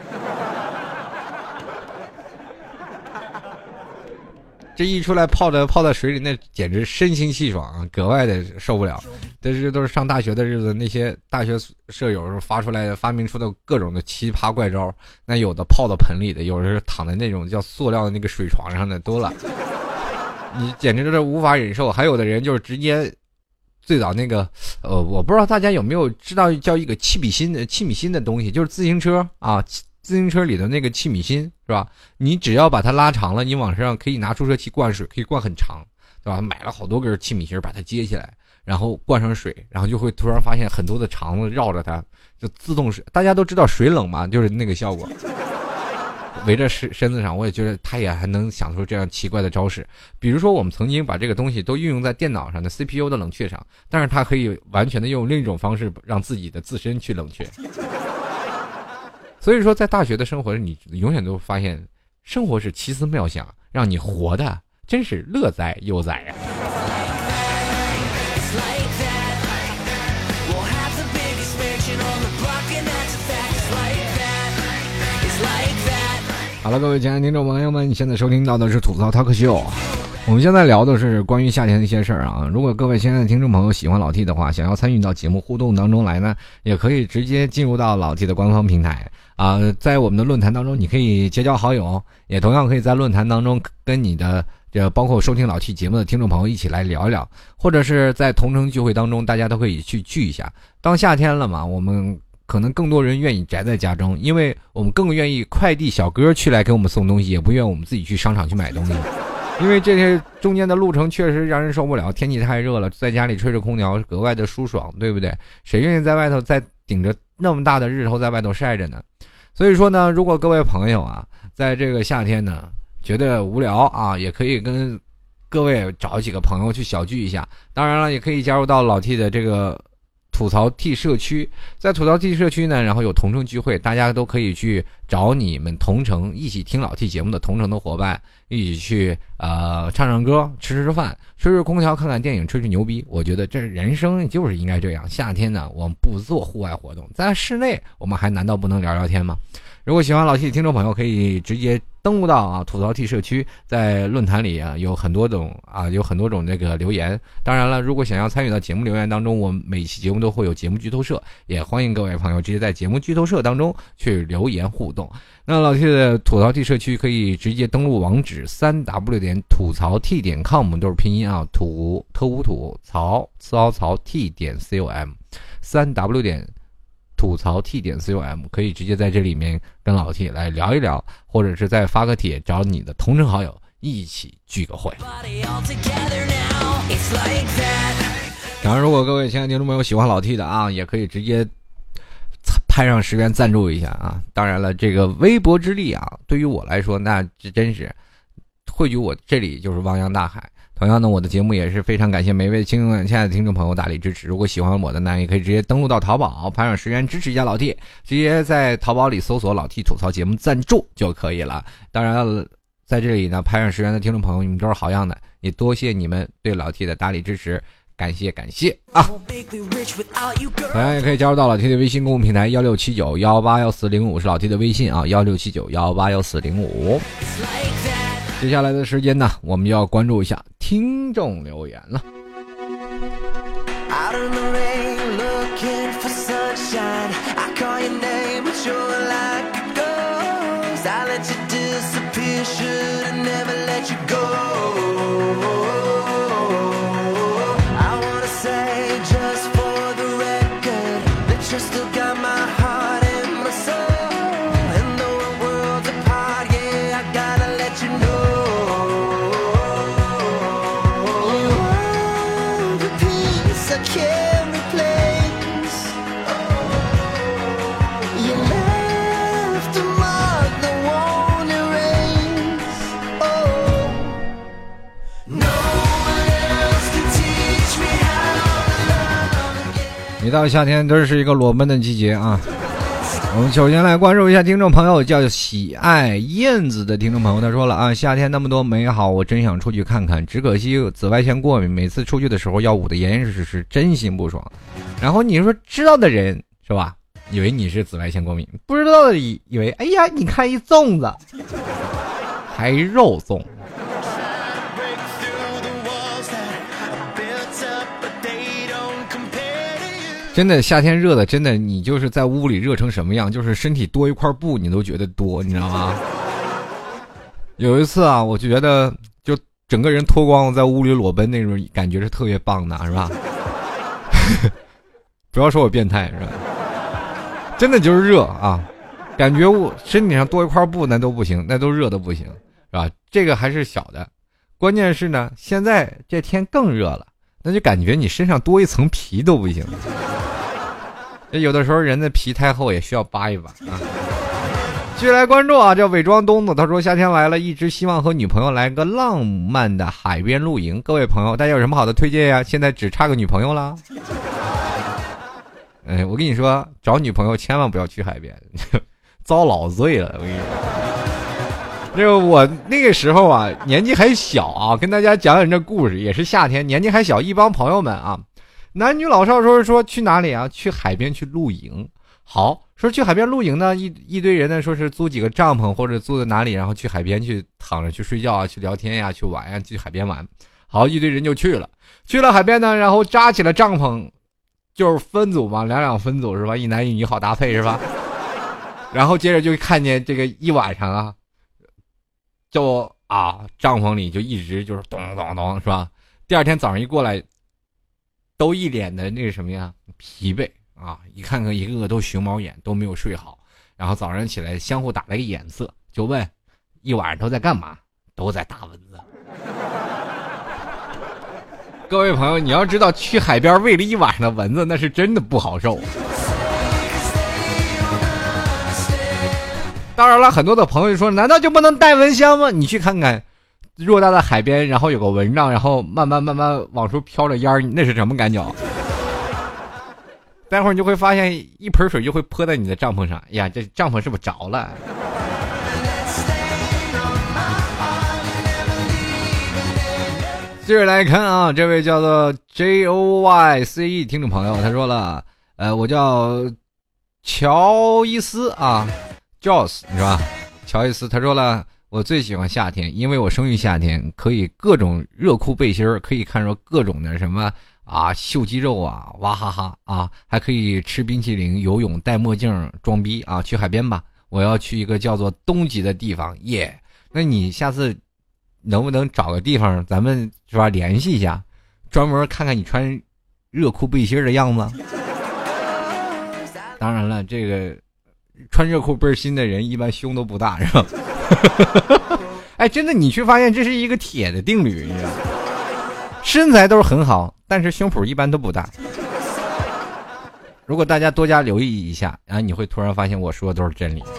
这一出来泡在水里，那简直身心气爽啊，格外的受不了。这都是上大学的日子，那些大学舍友发明出的各种的奇葩怪招。那有的泡到盆里的，有的是躺在那种叫塑料的那个水床上的，多了，你简直就是无法忍受。还有的人就是直接，最早那个我不知道大家有没有知道叫一个气米芯的东西，就是自行车啊。自行车里的那个气米芯是吧？你只要把它拉长了，你往上可以拿注射器灌水，可以灌很长，对吧？买了好多根气米芯，把它接起来，然后灌上水，然后就会突然发现很多的肠子绕着它，就自动大家都知道水冷嘛，就是那个效果。围着身子上，我也觉得他也还能想出这样奇怪的招式。比如说，我们曾经把这个东西都运用在电脑上的 CPU 的冷却上，但是它可以完全的用另一种方式让自己的自身去冷却。所以说在大学的生活你永远都发现生活是奇思妙想，让你活的真是乐哉悠哉呀。好了，各位亲爱的听众朋友们，你现在收听到的是吐槽 Talk Show。我们现在聊的是关于夏天的一些事儿啊。如果各位亲爱的听众朋友喜欢老 T 的话，想要参与到节目互动当中来呢，也可以直接进入到老 T 的官方平台啊，在我们的论坛当中，你可以结交好友，也同样可以在论坛当中跟你的包括收听老 T 节目的听众朋友一起来聊一聊，或者是在同城聚会当中，大家都可以去聚一下。当夏天了嘛，我们可能更多人愿意宅在家中，因为我们更愿意快递小哥去来给我们送东西，也不愿意我们自己去商场去买东西。因为这些中间的路程确实让人受不了，天气太热了，在家里吹着空调格外的舒爽，对不对？谁愿意在外头再顶着那么大的日头在外头晒着呢？所以说呢，如果各位朋友啊，在这个夏天呢觉得无聊啊，也可以跟各位找几个朋友去小聚一下。当然了，也可以加入到老 T 的这个吐槽 T 社区，在吐槽 T 社区呢，然后有同城聚会，大家都可以去找你们同城一起听老 T 节目的同城的伙伴，一起去唱唱歌，吃饭，吹吹空调，看看电影，吹吹牛逼。我觉得这人生就是应该这样。夏天呢，我们不做户外活动，在室内我们还难道不能聊聊天吗？如果喜欢老 T 的听众朋友，可以直接登录到吐槽 T 社区，在论坛里有很多种这个留言。当然了，如果想要参与到节目留言当中，我们每期节目都会有节目剧透社，也欢迎各位朋友直接在节目剧透社当中去留言互动。那老 T 的吐槽 T 社区可以直接登录网址3w 吐槽 T.com， 都是拼音啊，吐槽T.com， 3w 吐槽 T.com， 可以直接在这里面跟老 T 来聊一聊，或者是再发个帖找你的同城好友一起聚个会。当然，如果各位亲爱的听众朋友喜欢老 T 的啊，也可以直接拍上10元赞助一下啊。当然了，这个微薄之力啊，对于我来说那真是汇聚我这里就是汪洋大海。同样呢，我的节目也是非常感谢每位亲爱的听众朋友大力支持。如果喜欢我的呢，也可以直接登录到淘宝，拍上10元支持一下老 T， 直接在淘宝里搜索老 T 吐槽节目赞助就可以了。当然了，在这里呢，拍上10元的听众朋友，你们都是好样的，也多谢你们对老 T 的大力支持。 感谢啊！大家也可以加入到老 T 的微信公众平台1679181405，是老 T 的微信啊，1679181405。接下来的时间呢，我们要关注一下听众留言了。一到夏天都是一个裸奔的季节啊！我们首先来关注一下听众朋友，叫喜爱燕子的听众朋友，他说了啊，夏天那么多美好，我真想出去看看，只可惜紫外线过敏，每次出去的时候要捂得严严实实，是真心不爽。然后你说知道的人是吧，以为你是紫外线过敏，不知道的以为哎呀，你看一粽子，还肉粽。真的夏天热的，真的你就是在屋里热成什么样，就是身体多一块布你都觉得多，你知道吗？有一次啊，我就觉得就整个人脱光在屋里裸奔那种感觉是特别棒的，是吧？不要说我变态，是吧？真的就是热啊，感觉我身体上多一块布那都不行，那都热的不行，是吧？这个还是小的，关键是呢，现在这天更热了，那就感觉你身上多一层皮都不行。有的时候人的皮太厚也需要扒一扒啊。继续来关注啊，叫伪装东子，他说夏天来了，一直希望和女朋友来个浪漫的海边露营。各位朋友，大家有什么好的推荐呀？现在只差个女朋友了。我跟你说，找女朋友千万不要去海边，遭老罪了。我跟你说，这个我那个时候啊，年纪还小啊，跟大家讲讲这故事，也是夏天，年纪还小，一帮朋友们啊。男女老少说去哪里啊？去海边去露营。好，说去海边露营呢，一堆人呢，说是租几个帐篷或者租在哪里，然后去海边去躺着去睡觉啊，去聊天呀，去玩呀，去海边玩。好，一堆人就去了海边呢，然后扎起了帐篷，就是分组嘛，两分组是吧？一男一女好搭配是吧？然后接着就看见这个一晚上啊，就帐篷里就一直就是咚咚咚是吧？第二天早上一过来。都一脸的那个什么呀，疲惫啊！一看看一个个都熊猫眼，都没有睡好。然后早上起来相互打了个眼色，就问一晚上都在干嘛？都在打蚊子。各位朋友，你要知道去海边喂了一晚上的蚊子，那是真的不好受。当然了，很多的朋友说，难道就不能带蚊香吗？你去看看。偌大的海边，然后有个蚊帐，然后慢慢往出飘着烟，那是什么感觉？待会儿你就会发现一盆水就会泼在你的帐篷上，呀，这帐篷是不是着了？接着来看啊，这位叫做 JOYCE 听众朋友，他说了，我叫乔伊斯啊 ，Joss 是吧？乔伊斯他说了。我最喜欢夏天，因为我生于夏天，可以各种热裤背心，可以看到各种的什么秀肌肉啊，哇哈哈啊，还可以吃冰淇淋、游泳、戴墨镜、装逼啊！去海边吧，我要去一个叫做东极的地方，耶！那你下次能不能找个地方，咱们是吧联系一下，专门看看你穿热裤背心的样子？当然了，这个穿热裤背心的人一般胸都不大，是吧？哎，真的，你去发现这是一个铁的定律，你知道，身材都是很好，但是胸脯一般都不大。如果大家多加留意一下，然后你会突然发现我说的都是真理。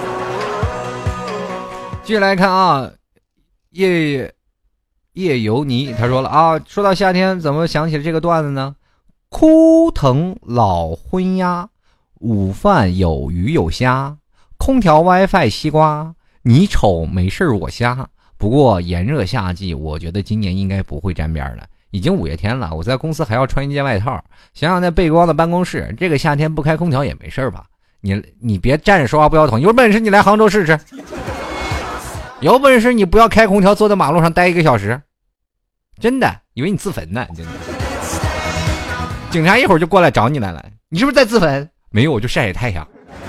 继续来看啊，夜游泥他说了啊，说到夏天，怎么想起了这个段子呢？枯藤老昏鸦，午饭有鱼有虾，空调 WiFi 西瓜。你丑没事我瞎，不过炎热夏季，我觉得今年应该不会沾边了， 已经5月天了，我在公司还要穿一件外套。想想那背光的办公室，这个夏天不开空调也没事吧？你别站着说话不腰疼，有本事你来杭州试试，有本事你不要开空调，坐在马路上待1个小时，真的以为你自焚呢，真的。警察一会儿就过来找你来了，你是不是在自焚？没有，我就晒晒太阳。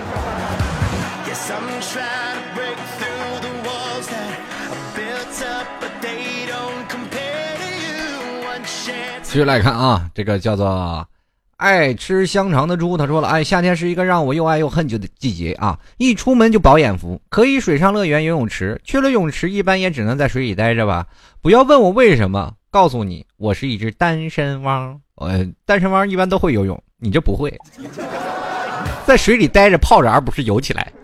继续来看啊，这个叫做爱吃香肠的猪，他说了，哎，夏天是一个让我又爱又恨的季节啊！一出门就饱眼福，可以水上乐园、游泳池，去了泳池一般也只能在水里待着吧。不要问我为什么，告诉你，我是一只单身汪。单身汪一般都会游泳，你这不会，在水里待着泡着，而不是游起来。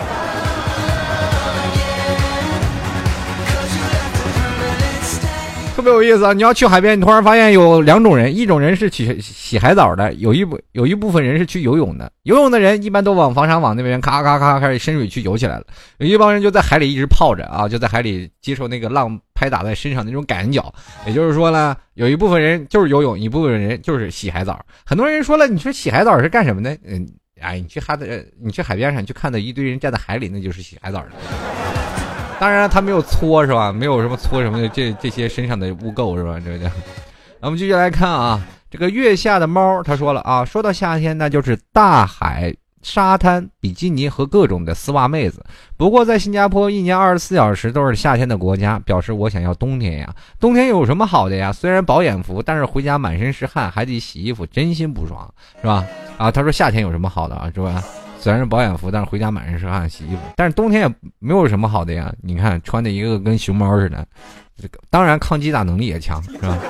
特别有意思啊！你要去海边，你突然发现有2种人，一种人是洗海澡的，有一部分人是去游泳的。游泳的人一般都往防沙网那边咔咔咔开始深水去游起来了，有一帮人就在海里一直泡着啊，就在海里接受那个浪拍打在身上的那种感觉。也就是说呢，有一部分人就是游泳，一部分人就是洗海澡。很多人说了，你说洗海澡是干什么呢？你去海边上，你去看到一堆人站在海里，那就是洗海澡的。当然他没有搓是吧？没有什么搓什么的这些身上的污垢是吧？这个，那我们继续来看啊，这个月下的猫他说了啊，说到夏天那就是大海、沙滩、比基尼和各种的丝袜妹子。不过在新加坡1年24小时都是夏天的国家，表示我想要冬天呀。冬天有什么好的呀？虽然饱眼福，但是回家满身是汗，还得洗衣服，真心不爽是吧？啊，他说夏天有什么好的啊，是吧？虽然是饱眼福，但是回家满身是汗洗衣服，但是冬天也没有什么好的呀。你看穿的一个跟熊猫似的，这个当然抗击打能力也强，是吧？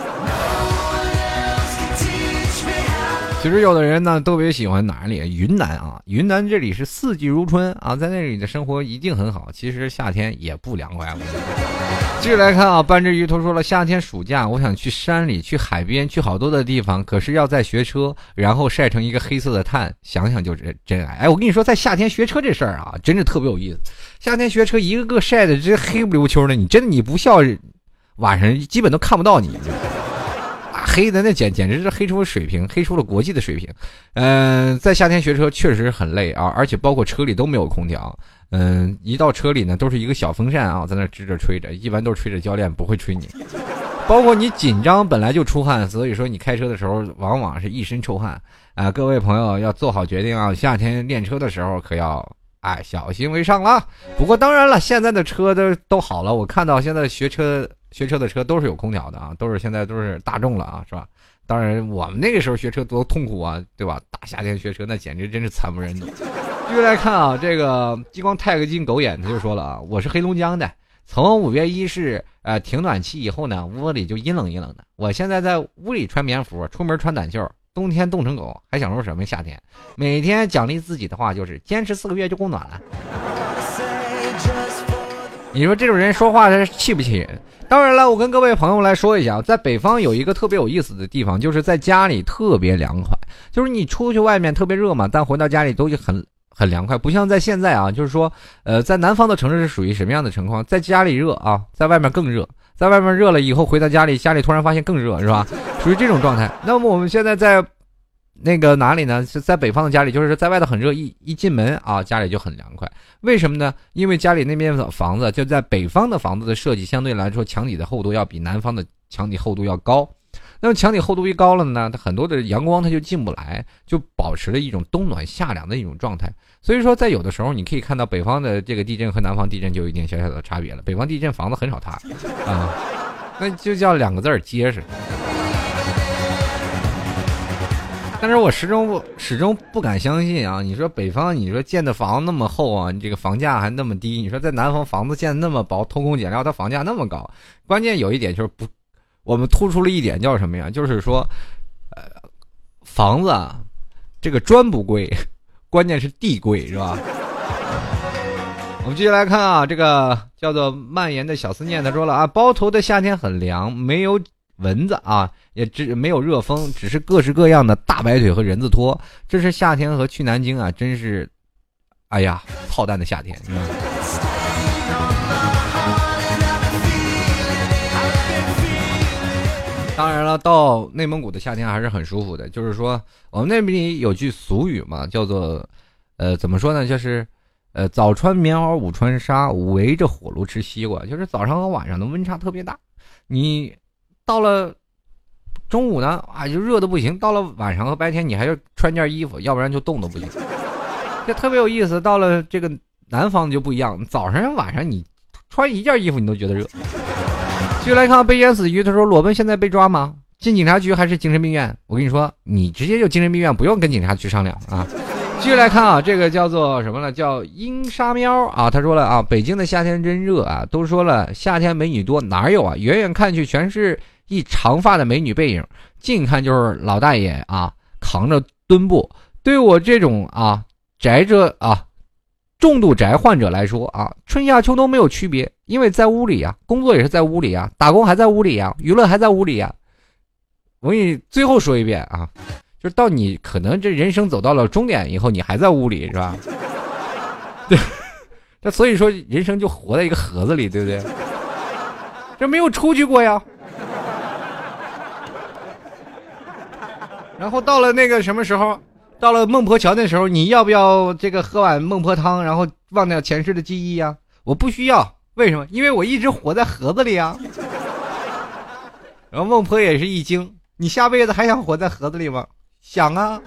其实有的人呢特别喜欢哪里？云南啊，云南这里是4季如春啊，在那里的生活一定很好。其实夏天也不凉快。继续来看啊，半只鱼头说了，夏天暑假我想去山里、去海边、去好多的地方，可是要再学车，然后晒成一个黑色的碳，想想就是真爱。哎，我跟你说，在夏天学车这事儿啊，真是特别有意思。夏天学车一个个晒的这黑不溜秋的，你真的你不笑，晚上基本都看不到你。黑的那简直是黑出了水平，黑出了国际的水平。在夏天学车确实很累啊，而且包括车里都没有空调。一到车里呢，都是一个小风扇啊，在那支着吹着，一般都是吹着教练，不会吹你。包括你紧张本来就出汗，所以说你开车的时候往往是一身臭汗啊。各位朋友要做好决定啊，夏天练车的时候可要小心为上了。不过当然了，现在的车都好了，我看到现在学车的车都是有空调的啊，现在都是大众了啊，是吧？当然我们那个时候学车多痛苦啊，对吧？大夏天学车那简直真是惨不忍睹。继续来看啊，这个激光泰克金狗眼他就说了啊，我是黑龙江的，从5月1日停暖气以后呢，屋里就阴冷阴冷的。我现在在屋里穿棉服，出门穿短袖，冬天冻成狗，还享受什么夏天？每天奖励自己的话就是坚持4个月就供暖了。你说这种人说话他气不气人？当然了，我跟各位朋友来说一下，在北方有一个特别有意思的地方，就是在家里特别凉快。就是你出去外面特别热嘛，但回到家里都很凉快，不像在现在啊，就是说在南方的城市是属于什么样的情况？在家里热啊，在外面更热，在外面热了以后回到家里突然发现更热，是吧？属于这种状态。那么我们现在在那个哪里呢？是在北方的家里，就是在外头很热，一进门啊，家里就很凉快。为什么呢？因为家里那边的房子就在北方的房子的设计相对来说墙体的厚度要比南方的墙体厚度要高。那么墙体厚度一高了呢，它很多的阳光它就进不来，就保持了一种冬暖夏凉的一种状态。所以说在有的时候你可以看到北方的这个地震和南方地震就有一点小小的差别了。北方地震房子很少塌啊，那就叫2个字结实。但是我始终不敢相信啊！你说北方，你说建的房那么厚啊，你这个房价还那么低，你说在南方房子建的那么薄，偷工减料，它房价那么高。关键有一点就是我们突出了一点叫什么呀？就是说，房子啊，这个砖不贵，关键是地贵，是吧？我们继续来看啊，这个叫做蔓延的小思念，他说了啊，包头的夏天很凉，没有蚊子啊，也没有热风，只是各式各样的大白腿和人字拖。这是夏天和去南京啊，真是，哎呀，操蛋的夏天。 当然了，到内蒙古的夏天还是很舒服的。就是说，我们那边有句俗语嘛，叫做，怎么说呢？就是，早穿棉袄，午穿纱，围着火炉吃西瓜。就是早上和晚上的温差特别大。你到了中午呢，啊，就热的不行；到了晚上和白天，你还要穿件衣服，要不然就冻得不行。这特别有意思。到了这个南方就不一样，早上晚上你穿一件衣服你都觉得热。继续来看被淹死鱼，他说裸奔现在被抓吗？进警察局还是精神病院？我跟你说，你直接就精神病院，不用跟警察局商量啊。继续来看啊，这个叫做什么了？叫鹰沙喵啊。他说了啊，北京的夏天真热啊，都说了夏天美女多，哪有啊？远远看去全是一长发的美女背影，近看就是老大爷啊扛着墩布。对我这种啊宅着啊重度宅患者来说啊，春夏秋冬没有区别，因为在屋里啊，工作也是在屋里啊，打工还在屋里啊，娱乐还在屋里啊。我给你最后说一遍啊，就是到你可能这人生走到了终点以后，你还在屋里是吧？对，那所以说人生就活在一个盒子里，对不对？这没有出去过呀。然后到了那个什么时候？到了孟婆桥那时候，你要不要这个喝碗孟婆汤，然后忘掉前世的记忆呀？我不需要，为什么？因为我一直活在盒子里啊。然后孟婆也是一惊，你下辈子还想活在盒子里吗？想啊。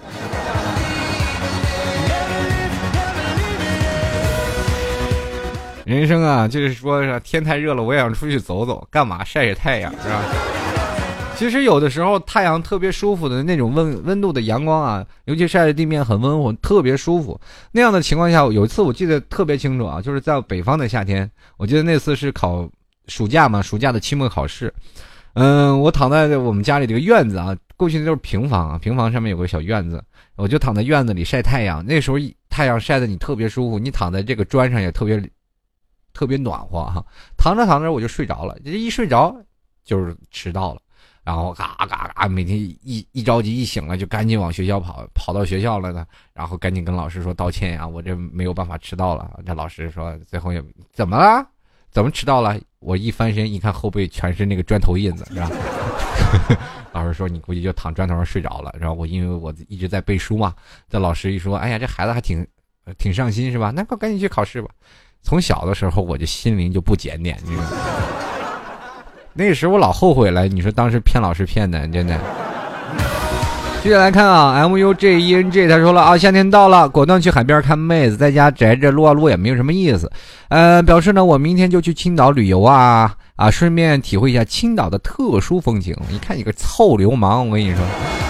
人生啊，就是说天太热了，我也想出去走走，干嘛晒晒太阳，是吧？其实有的时候太阳特别舒服的那种温度的阳光啊，尤其晒的地面很温和，特别舒服。那样的情况下，有一次我记得特别清楚啊，就是在北方的夏天，我记得那次是考暑假嘛，暑假的期末考试。我躺在我们家里这个院子啊，过去都是平房啊，平房上面有个小院子，我就躺在院子里晒太阳。那时候太阳晒得你特别舒服，你躺在这个砖上也特别暖和哈。躺着躺着我就睡着了，这一睡着就是迟到了。然后嘎嘎嘎，每天一着急一醒了就赶紧往学校跑到学校了呢，然后赶紧跟老师说道歉呀，我这没有办法迟到了。这老师说最后也怎么了？怎么迟到了？我一翻身一看后背全是那个砖头印子，是吧？老师说你估计就躺砖头上睡着了。然后因为我一直在背书嘛，这老师一说，哎呀这孩子还挺上心是吧？那赶紧去考试吧。从小的时候我就心灵就不检点，这个。那个时候我老后悔了，你说当时骗老师骗的，真的。接下来看啊 ，MUJENG 他说了啊，夏天到了，果断去海边看妹子，在家宅着撸啊撸也没有什么意思。表示呢，我明天就去青岛旅游啊，顺便体会一下青岛的特殊风情。你看你个臭流氓，我跟你说，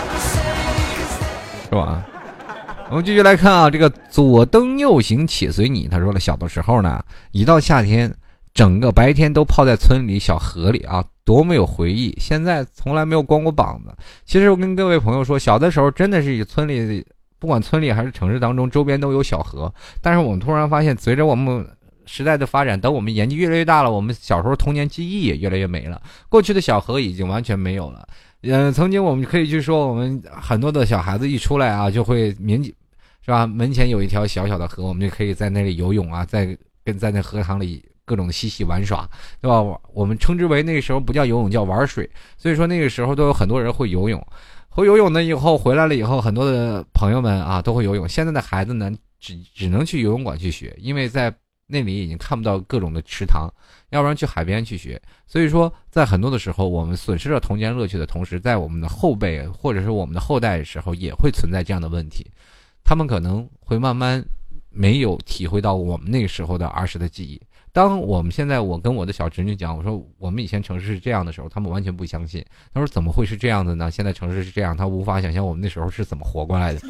是吧？我们继续来看啊，这个左登右行且随你，他说了，小的时候呢，一到夏天。整个白天都泡在村里小河里啊，多么有回忆！现在从来没有光过膀子。其实我跟各位朋友说，小的时候真的是村里，不管村里还是城市当中，周边都有小河。但是我们突然发现，随着我们时代的发展，等我们年纪越来越大了，我们小时候童年记忆也越来越没了。过去的小河已经完全没有了。曾经我们可以去说，我们很多的小孩子一出来啊，就会是吧？门前有一条小小的河，我们就可以在那里游泳啊，在那河塘里。各种嬉戏玩耍，对吧？我们称之为那个时候不叫游泳，叫玩水。所以说那个时候都有很多人会游泳，会游泳呢以后回来了以后，很多的朋友们啊都会游泳。现在的孩子呢，只能去游泳馆去学，因为在那里已经看不到各种的池塘，要不然去海边去学。所以说，在很多的时候，我们损失了童年乐趣的同时，在我们的后辈或者是我们的后代的时候，也会存在这样的问题。他们可能会慢慢没有体会到我们那个时候的儿时的记忆。当我们现在我跟我的小侄女讲，我说我们以前城市是这样的时候，他们完全不相信。他说怎么会是这样的呢？现在城市是这样，他无法想象我们那时候是怎么活过来的。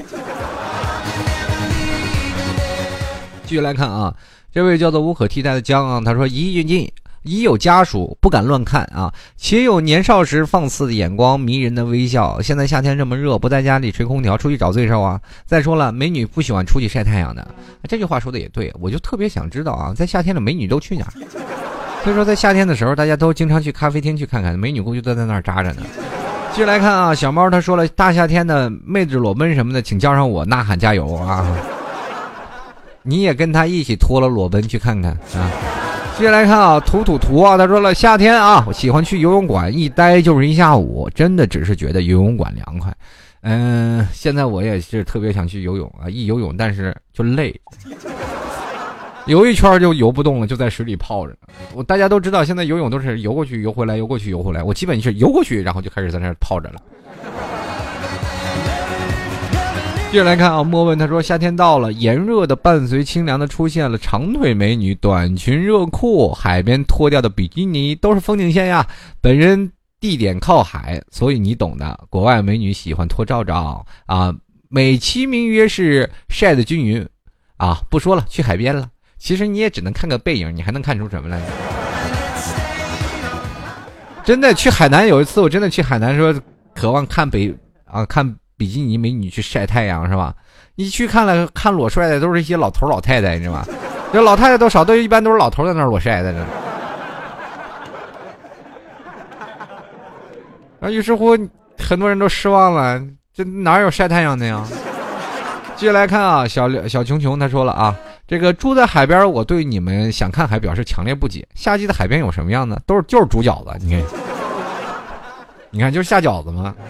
继续来看啊，这位叫做无可替代的江啊，他说已有家属不敢乱看啊，且有年少时放肆的眼光，迷人的微笑。现在夏天这么热，不在家里吹空调，出去找罪受啊。再说了，美女不喜欢出去晒太阳的，这句话说的也对，我就特别想知道啊，在夏天的美女都去哪儿？所以说在夏天的时候，大家都经常去咖啡厅去看看，美女估计都在那儿扎着呢。继续来看啊，小猫他说了，大夏天的妹子裸奔什么的，请叫上我呐喊加油啊！你也跟他一起脱了裸奔去看看啊！继接下来看啊，图啊，他说了，夏天啊，我喜欢去游泳馆，一待就是一下午，真的只是觉得游泳馆凉快。现在我也是特别想去游泳啊，一游泳但是就累，游一圈就游不动了，就在水里泡着。大家都知道，现在游泳都是游过去游回来，游过去游回来，我基本是游过去，然后就开始在那泡着了。接着来看啊，莫问他说，夏天到了，炎热的伴随清凉的出现了长腿美女、短裙热裤、海边脱掉的比基尼，都是风景线呀。本人地点靠海，所以你懂的。国外美女喜欢脱罩罩啊，美其名曰是晒得均匀啊。不说了，去海边了。其实你也只能看个背影，你还能看出什么来？真的去海南，有一次我真的去海南说渴望看看比基尼美女去晒太阳是吧？一去看裸晒的都是一些老头老太太，你知道吗？这老太太都少，一般都是老头在那儿裸晒的。然后于是乎很多人都失望了，这哪有晒太阳的呀？接下来看啊，小琼他说了啊，这个住在海边，我对你们想看海表示强烈不解。夏季的海边有什么样呢？就是煮饺子，你看就是下饺子吗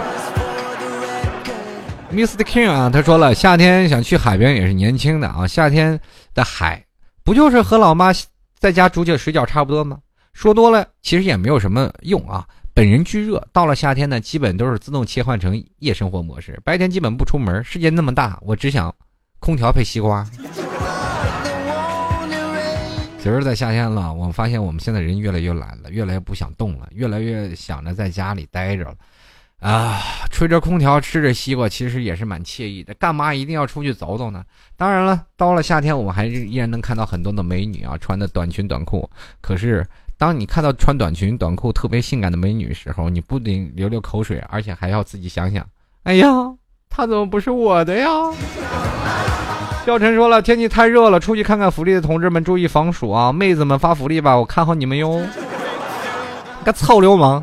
？Mr. King 啊，他说了，夏天想去海边也是年轻的啊。夏天的海不就是和老妈在家煮水饺差不多吗？说多了其实也没有什么用啊。本人居热，到了夏天呢，基本都是自动切换成夜生活模式，白天基本不出门。世界那么大，我只想空调配西瓜。其实在夏天了，我发现我们现在人越来越懒了，越来越不想动了，越来越想着在家里待着了啊，吹着空调吃着西瓜，其实也是蛮惬意的，干嘛一定要出去走走呢？当然了，到了夏天我们还是依然能看到很多的美女啊，穿的短裙短裤。可是当你看到穿短裙短裤特别性感的美女的时候，你不仅流口水，而且还要自己想想，哎呀，她怎么不是我的呀？廖晨说了，天气太热了，出去看看福利的同志们注意防暑啊！妹子们发福利吧，我看好你们哟。个臭流氓！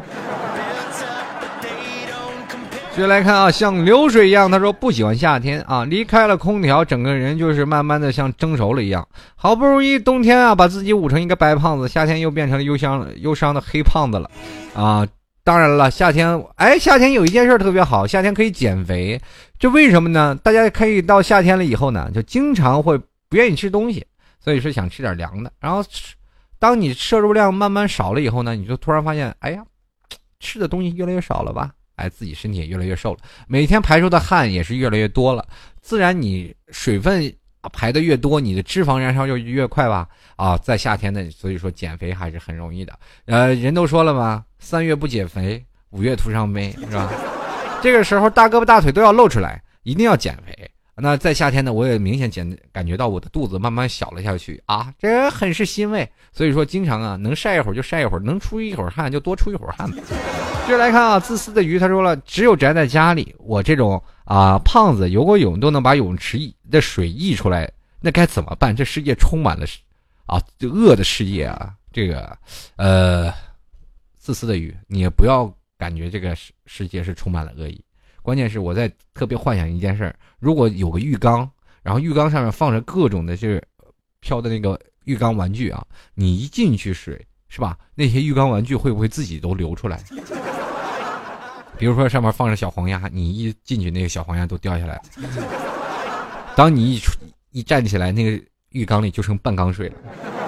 接下来看啊，像流水一样，他说不喜欢夏天啊，离开了空调，整个人就是慢慢的像蒸熟了一样。好不容易冬天啊，把自己捂成一个白胖子，夏天又变成了忧伤的黑胖子了啊！当然了，夏天有一件事特别好，夏天可以减肥。这为什么呢？大家可以到夏天了以后呢，就经常会不愿意吃东西，所以是想吃点凉的。然后当你摄入量慢慢少了以后呢，你就突然发现，哎呀，吃的东西越来越少了吧？哎，自己身体也越来越瘦了，每天排出的汗也是越来越多了，自然你水分排的越多，你的脂肪燃烧就越快吧。啊，在夏天呢，所以说减肥还是很容易的。人都说了嘛，3月不减肥，5月徒伤悲，是吧？这个时候大胳膊大腿都要露出来，一定要减肥。那在夏天呢，我也明显感觉到我的肚子慢慢小了下去啊，这很是欣慰。所以说经常啊，能晒一会儿就晒一会儿，能出一会儿汗就多出一会儿汗。接着来看啊，自私的鱼他说了，只有宅在家里，我这种胖子游过泳都能把泳池的水溢出来，那该怎么办？这世界充满了恶的世界啊！这个自私的鱼，你也不要感觉这个世界是充满了恶意。关键是我在特别幻想一件事，如果有个浴缸，然后浴缸上面放着各种的这飘的那个浴缸玩具啊，你一进去水是吧？那些浴缸玩具会不会自己都流出来？比如说上面放着小黄鸭，你一进去那个小黄鸭都掉下来了。当你一站起来，那个浴缸里就剩半缸水了。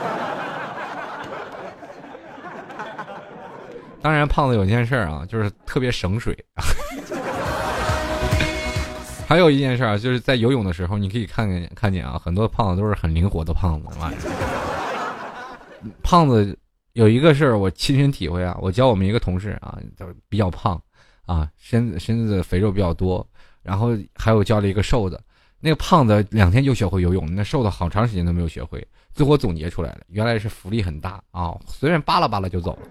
当然胖子有件事啊，就是特别省水。还有一件事啊，就是在游泳的时候，你可以看见啊，很多胖子都是很灵活的胖子。胖子有一个事儿我亲身体会啊，我教我们一个同事啊，比较胖啊，身子肥肉比较多，然后还有教了一个瘦的，那个胖子2天就学会游泳，那瘦的好长时间都没有学会，最后总结出来了，原来是浮力很大啊，随便扒拉扒拉就走了。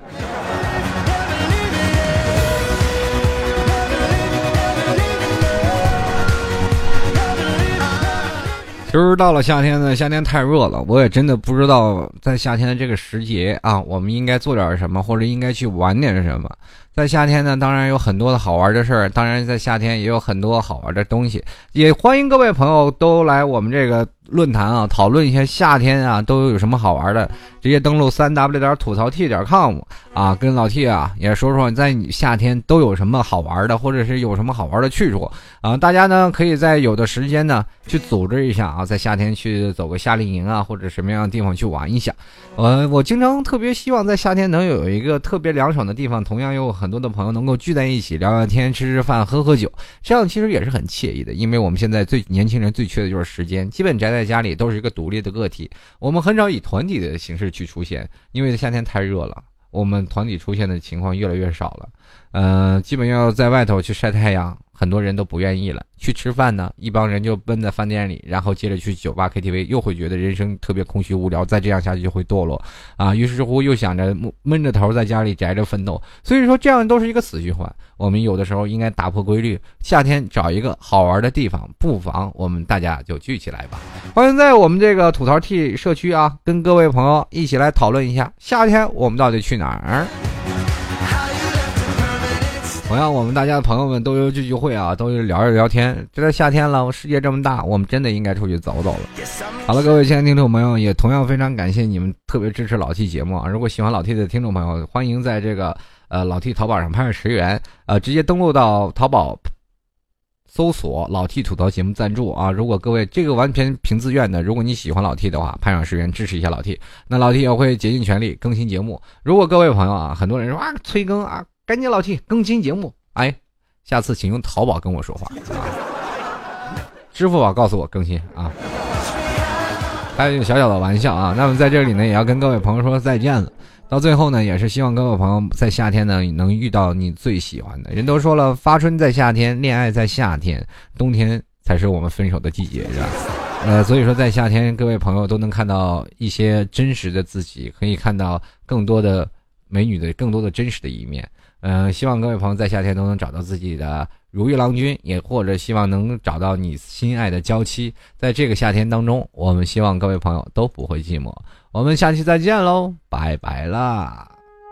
其实到了夏天呢，夏天太热了，我也真的不知道在夏天的这个时节啊，我们应该做点什么，或者应该去玩点什么。 在夏天呢，当然有很多的好玩的事儿，当然在夏天也有很多好玩的东西，也欢迎各位朋友都来我们这个论坛啊，讨论一下夏天啊都有什么好玩的，直接登录3w 吐槽 T.com 啊，跟老 T 啊也说说在你夏天都有什么好玩的，或者是有什么好玩的去处啊，大家呢可以在有的时间呢去组织一下啊，在夏天去走个夏令营啊，或者什么样的地方去玩一下。我经常特别希望在夏天能有一个特别凉爽的地方，同样有很多的朋友能够聚在一起聊聊天、吃吃饭、喝喝酒，这样其实也是很惬意的。因为我们现在年轻人最缺的就是时间，基本宅在家里都是一个独立的个体，我们很少以团体的形式去出现，因为夏天太热了，我们团体出现的情况越来越少了。基本要在外头去晒太阳，很多人都不愿意了。去吃饭呢，一帮人就奔在饭店里，然后接着去酒吧 KTV， 又会觉得人生特别空虚无聊，再这样下去就会堕落啊。于是乎又想着闷着头在家里宅着奋斗，所以说这样都是一个死循环。我们有的时候应该打破规律，夏天找一个好玩的地方，不妨我们大家就聚起来吧。欢迎在我们这个吐槽 T 社区啊，跟各位朋友一起来讨论一下夏天我们到底去哪儿。同样我们大家的朋友们都有聚会啊，都有聊一聊天。这在夏天了，世界这么大，我们真的应该出去走走了。好了，各位亲爱的听众朋友，也同样非常感谢你们特别支持老 T 节目啊。如果喜欢老 T 的听众朋友，欢迎在这个老 T 淘宝上拍上10元，直接登录到淘宝搜索老 T 吐槽节目赞助啊。如果各位这个完全凭自愿的，如果你喜欢老 T 的话，拍上10元支持一下老 T， 那老 T 也会竭尽全力更新节目。如果各位朋友啊，很多人说啊催更啊，赶紧老 T 更新节目，哎，下次请用淘宝跟我说话啊，支付宝告诉我更新啊。还有一个小小的玩笑啊，那么在这里呢，也要跟各位朋友说再见了。到最后呢，也是希望各位朋友在夏天呢能遇到你最喜欢的人。都说了，发春在夏天，恋爱在夏天，冬天才是我们分手的季节，是吧？所以说在夏天，各位朋友都能看到一些真实的自己，可以看到更多的美女的更多的真实的一面。希望各位朋友在夏天都能找到自己的如意郎君，也或者希望能找到你心爱的娇妻。在这个夏天当中，我们希望各位朋友都不会寂寞。我们下期再见喽，拜拜啦。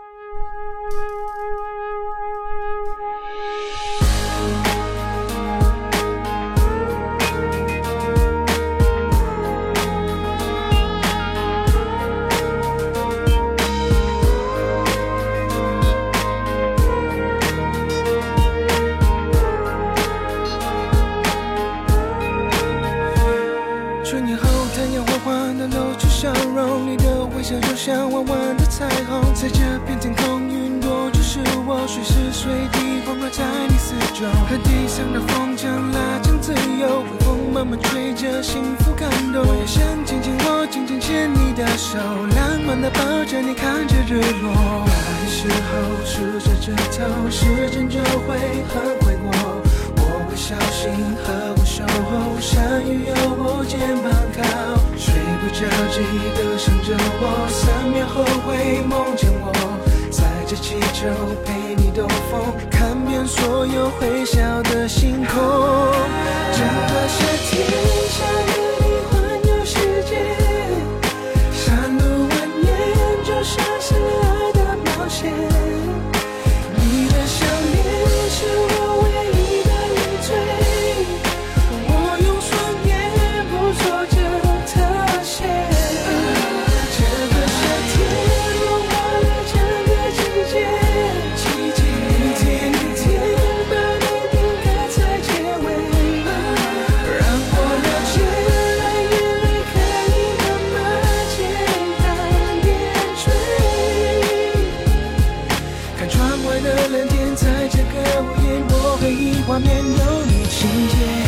就像弯弯的彩虹，在这片天空，云朵就是我，随时随地环绕在你四周。和地上的风筝拉长自由，微风慢慢吹着幸福感动。我也想紧紧握，紧紧牵你的手，浪漫的抱着你，看着日落。爱的时候数着指头，时间就会很快过。我会小心呵护守候，山雨有我肩膀靠，睡不着记得想着我，3秒后会梦见我，载着气球陪你兜风，看遍所有会笑的星空。整个夏天想和你环游世界，山路蜿蜒就像是爱的冒险，你的想念是我唯一的累赘，我用双眼捕捉着特写。这个夏天融化了整个季节，一天一天把你点开在结尾，让我了解爱眼泪可以慢慢简单点缀。看窗外的蓝天，在这个午夜，我回忆画面有你情节。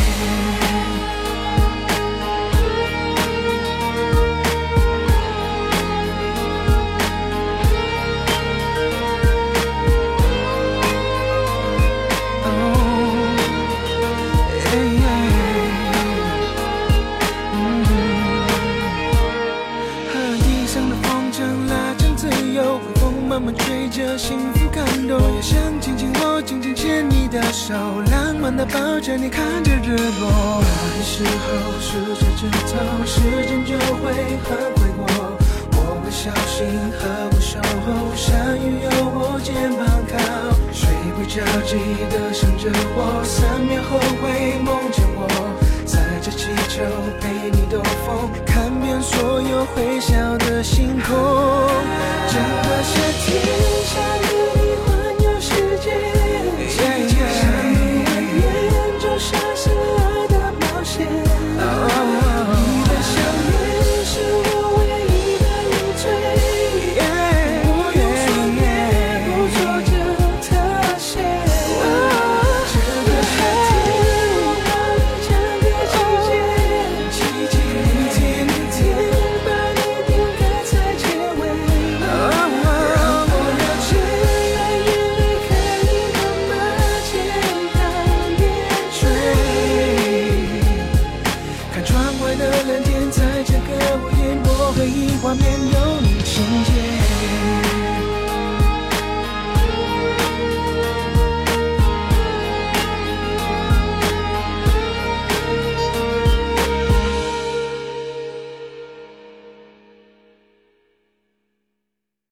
慢慢吹着幸福感动，我也想紧紧握，紧紧牵你的手，浪漫的抱着你，看着日落。爱的时候数着指头，时间就会很快过。我会小心呵护守候，下雨有我肩膀靠，谁会着急地想着我？3秒后会梦见我，载着气球陪你兜风，看遍所有会笑的星空。整个夏天